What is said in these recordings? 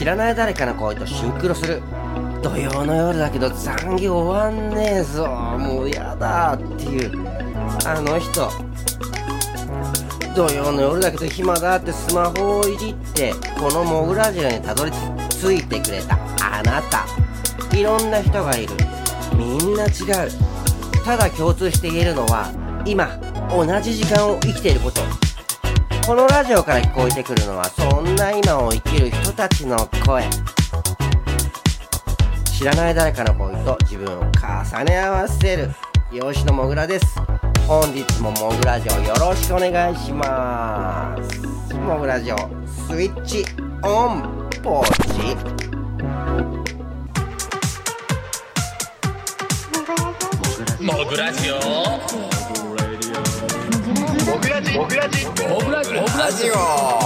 知らない誰かの声とシンクロする。土曜の夜だけど残業終わんねえぞ、もうやだっていうあの人。土曜の夜だけど暇だってスマホをいじってこのモグラジオにたどり着いてくれたあなた。いろんな人がいる、みんな違う。ただ共通して言えるのは今同じ時間を生きていること。このラジオから聞こえてくるのはそんな今を生きる人たちの声。知らない誰かの声と自分を重ね合わせる吉野もぐらです。本日ももぐラジオよろしくお願いします。もぐラジオスイッチオンポチ。 もぐラジオもぐラジオもぐラジオもぐラジオもぐラジオ。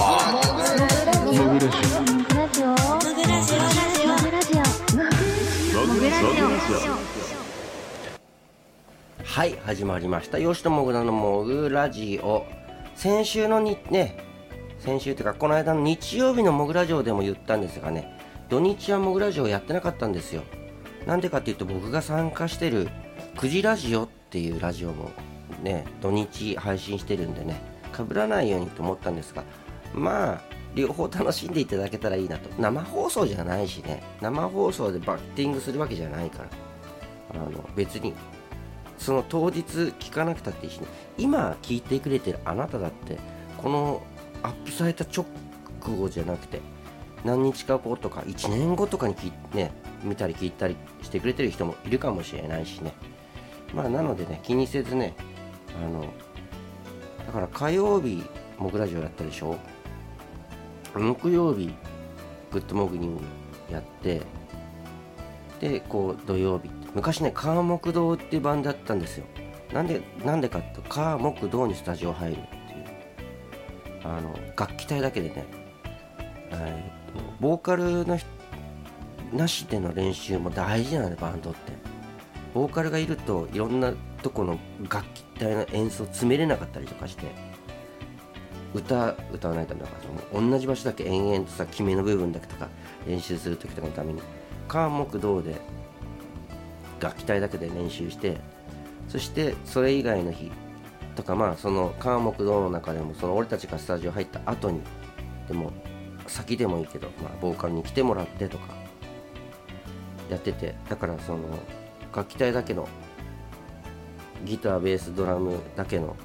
はい、始まりました吉野もぐらのもぐラジオ。先週というかこの間の日曜日のもぐラジオでも言ったんですがね、土日はもぐラジオやってなかったんですよ。なんでかっていうと、僕が参加してる9時ラジオっていうラジオもね土日配信してるんでね、被らないようにと思ったんですが、まあ両方楽しんでいただけたらいいなと。生放送じゃないしね、生放送でバッティングするわけじゃないから、別にその当日聞かなくたっていいしね。今聞いてくれてるあなただってこのアップされた直後じゃなくて何日か後とか1年後とかに見たり聞いたりしてくれてる人もいるかもしれないしね。まあなのでね、気にせずね、だから火曜日モグラジオやったでしょ、木曜日グッドモグニングやって、でこう土曜日、昔ねカー木道っていうバンドだったんですよ。なんでかってカー木道にスタジオ入るっていう楽器隊だけでね、ボーカルのなしでの練習も大事なので、バンドってボーカルがいるといろんなとこの楽器隊の演奏詰めれなかったりとかして、歌わないためだから同じ場所だけ延々とさ、決めの部分だけとか練習する時とかのためにカー木道で楽器隊だけで練習して、そしてそれ以外の日とか、まあそのカー木道の中でもその俺たちがスタジオ入った後にでも先でもいいけど、まあ、ボーカルに来てもらってとかやってて、だからその楽器隊だけのギターベースドラムだけの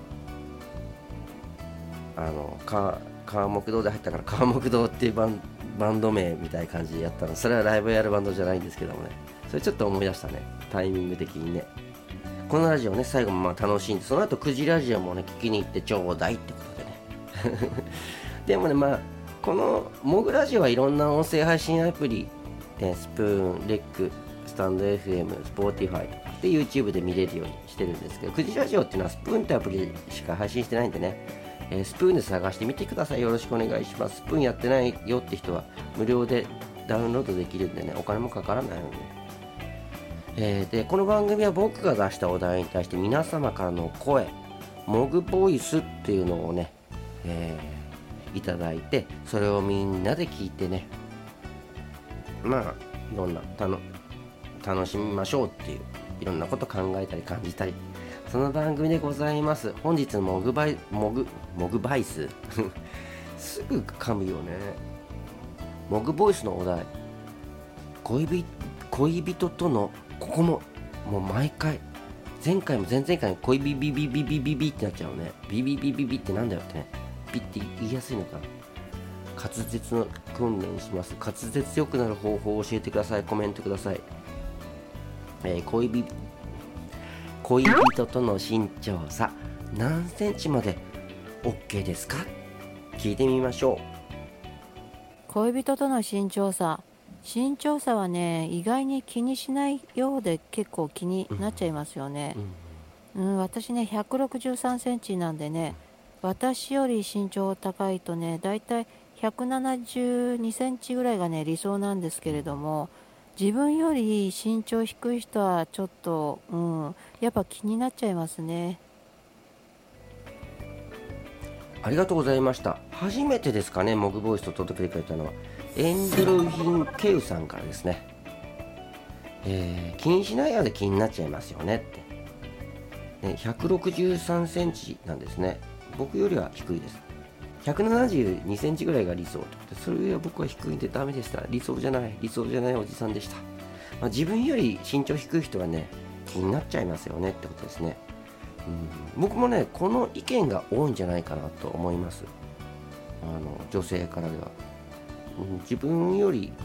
カー木道で入ったからカー木道っていうバンド名みたいな感じでやったの。それはライブやるバンドじゃないんですけどもね、それちょっと思い出したね、タイミング的にね。このラジオね最後もまあ楽しんで、その後9時ラジオもね聞きに行ってちょうだいってことでねでもね、まあこのモグラジオはいろんな音声配信アプリでスプーン、レック、スタンド FM、スポーティファイで YouTube で見れるようにしてるんですけど、9時ラジオっていうのはスプーンってアプリしか配信してないんでね、スプーンで探してみてください。よろしくお願いします。スプーンやってないよって人は無料でダウンロードできるんでね、お金もかからないので、でこの番組は僕が出したお題に対して皆様からの声、モグボイスっていうのをね、いただいて、それをみんなで聞いてね、まあいろんな楽しみましょうっていう、いろんなこと考えたり感じたり、その番組でございます。本日のモグバイスすぐ噛むよね。モグボイスのお題、恋人との、ここもう毎回、前回も前々回も恋ビビビビビビビってなっちゃうね。ビビビビビってなんだよってね、ビって言いやすいのかな。滑舌の訓練します。滑舌良くなる方法を教えてください。コメントください。恋人との身長差何センチまで OK ですか？聞いてみましょう。 恋人との身長差はね、意外に気にしないようで結構気になっちゃいますよね。私ね163センチなんでね、私より身長高いとね、だいたい172センチぐらいがね理想なんですけれども、自分より身長低い人はちょっと、やっぱ気になっちゃいますね。 ありがとうございました。初めてですかね、モグボイスと届けてくれたのは。 エンドルフィンケウさんからですね、気にしないようで気になっちゃいますよねって、ね、163センチなんですね。僕よりは低いです。172センチぐらいが理想と。それは僕は低いんでダメでした。理想じゃないおじさんでした。自分より身長低い人はね、気になっちゃいますよねってことですね。僕もね、この意見が多いんじゃないかなと思います。女性からでは、自分より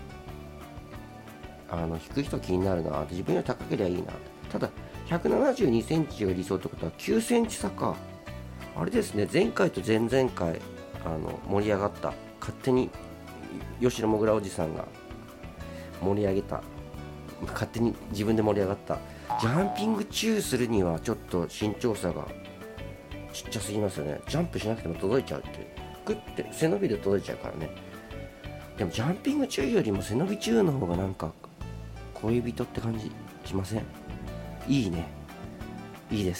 低い人気になるなって、自分より高ければいいなって。ただ172センチが理想ってことは9センチ差か。あれですね、前回と前々回盛り上がった、勝手に吉野もぐらおじさんが盛り上げた、勝手に自分で盛り上がったジャンピング中するにはちょっと身長差がちっちゃすぎますよね。ジャンプしなくても届いちゃうって、グッて背伸びで届いちゃうからね。でもジャンピング中よりも背伸び中の方がなんか恋人って感じしません？いいね、いいです。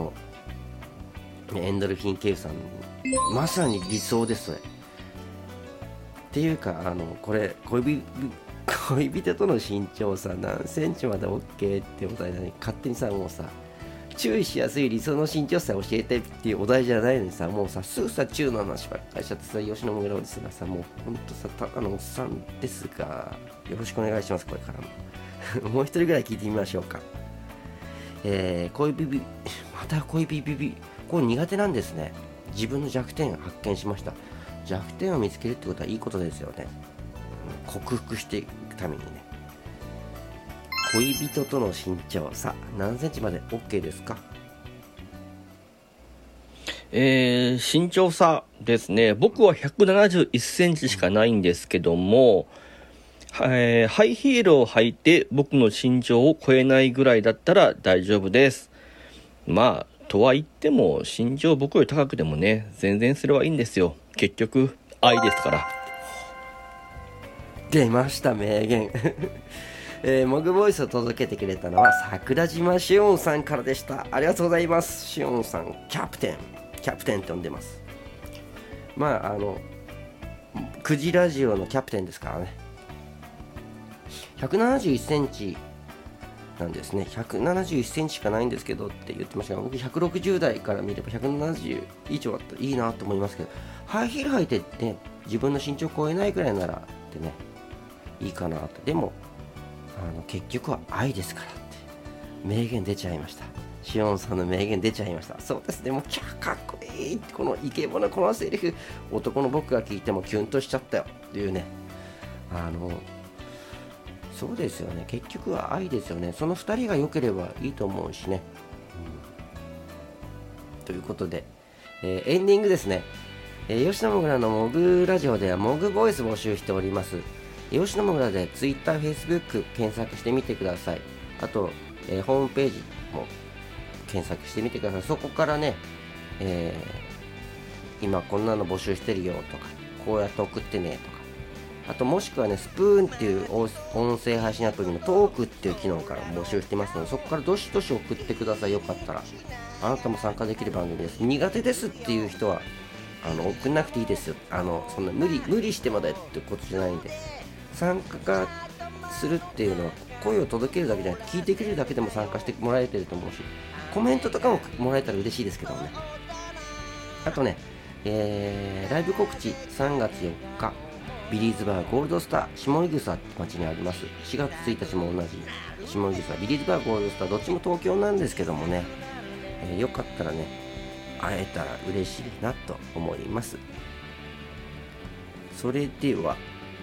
エンドルフィンケイさん、まさに理想ですそれ。っていうかこれ恋人との身長差何センチまで OK ってお題だね。勝手にさ、もうさ、注意しやすい理想の身長差教えてっていうお題じゃないのにさ、もうさ、すぐさ中の話ばっかりしちゃってさ、吉野もぐらおじさんがさ、もうほんとさ、ただのおっさんですが、よろしくお願いします。これからももう一人ぐらい聞いてみましょうか。恋ビビまた恋ビビこれ苦手なんですね。自分の弱点を発見しました。弱点を見つけるってことはいいことですよね。克服していくためにね。恋人との身長差何センチまで OK ですか？ 身長差ですね。僕は171センチしかないんですけども、ハイヒールを履いて僕の身長を超えないぐらいだったら大丈夫です。まあとは言っても身長僕より高くてもね、全然それはいいんですよ。結局愛ですから。 出ました名言モグボイスを届けてくれたのは桜島しおんさんからでした。ありがとうございます。しおんさん、キャプテンって呼んでます。まあクジラジオのキャプテンですからね。171センチなんですね。171センチしかないんですけどって言ってましたが、僕160代から見れば170以上あったらいいなと思いますけど、ハイヒール履いてね、自分の身長を超えないくらいならってね、いいかなと。でも結局は愛ですからって名言出ちゃいました。しおんさんの名言出ちゃいました。そうですね、もうかっこいい、このイケボのこのセリフ、男の僕が聞いてもキュンとしちゃったよっていうね。そうですよね、結局は愛ですよね。その2人が良ければいいと思うしね、ということで、エンディングですね。吉野もぐらのモグラジオではモグボイス募集しております。吉野もぐらで Twitter、Facebook 検索してみてください。あと、ホームページも検索してみてください。そこからね、今こんなの募集してるよとか、こうやって送ってねとか、あともしくはね、スプーンっていう音声配信アプリのトークっていう機能から募集してますので、そこからどしどし送ってください。よかったらあなたも参加できる番組です。苦手ですっていう人は送んなくていいですよ。そんな無理してまでってことじゃないんで、参加するっていうのは声を届けるだけじゃなくて、聞いてくれるだけでも参加してもらえてると思うし、コメントとかももらえたら嬉しいですけどもね。あとね、ライブ告知3月4日ビリーズバーゴールドスター下井草って町にあります。4月1日も同じ下井草ビリーズバーゴールドスター、どっちも東京なんですけどもね、よかったらね会えたら嬉しいなと思います。それでは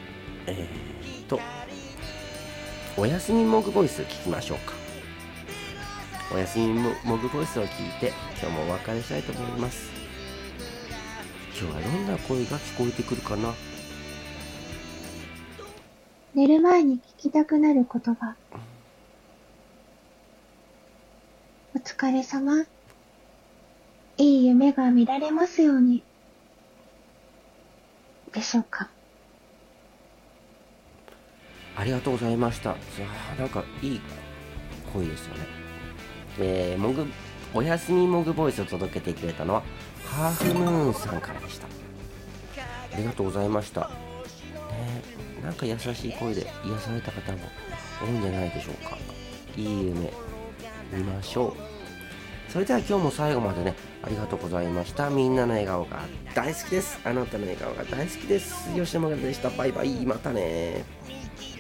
おやすみモグボイス聞きましょうか。おやすみモグボイスを聞いて今日もお別れしたいと思います。今日はどんな声が聞こえてくるかな。 寝る前に聞きたくなる言葉。お疲れ様。いい夢が見られますように。でしょうか。 ありがとうございました。なんかいい声ですよね。おやすみモグボイスを届けてくれたのはハーフムーンさんからでした。ありがとうございました。 なんか優しい声で癒された方も多いんじゃないでしょうか。いい夢見ましょう。それでは今日も最後までね、ありがとうございました。みんなの笑顔が大好きです。あなたの笑顔が大好きです。吉野でした。バイバイ。またね。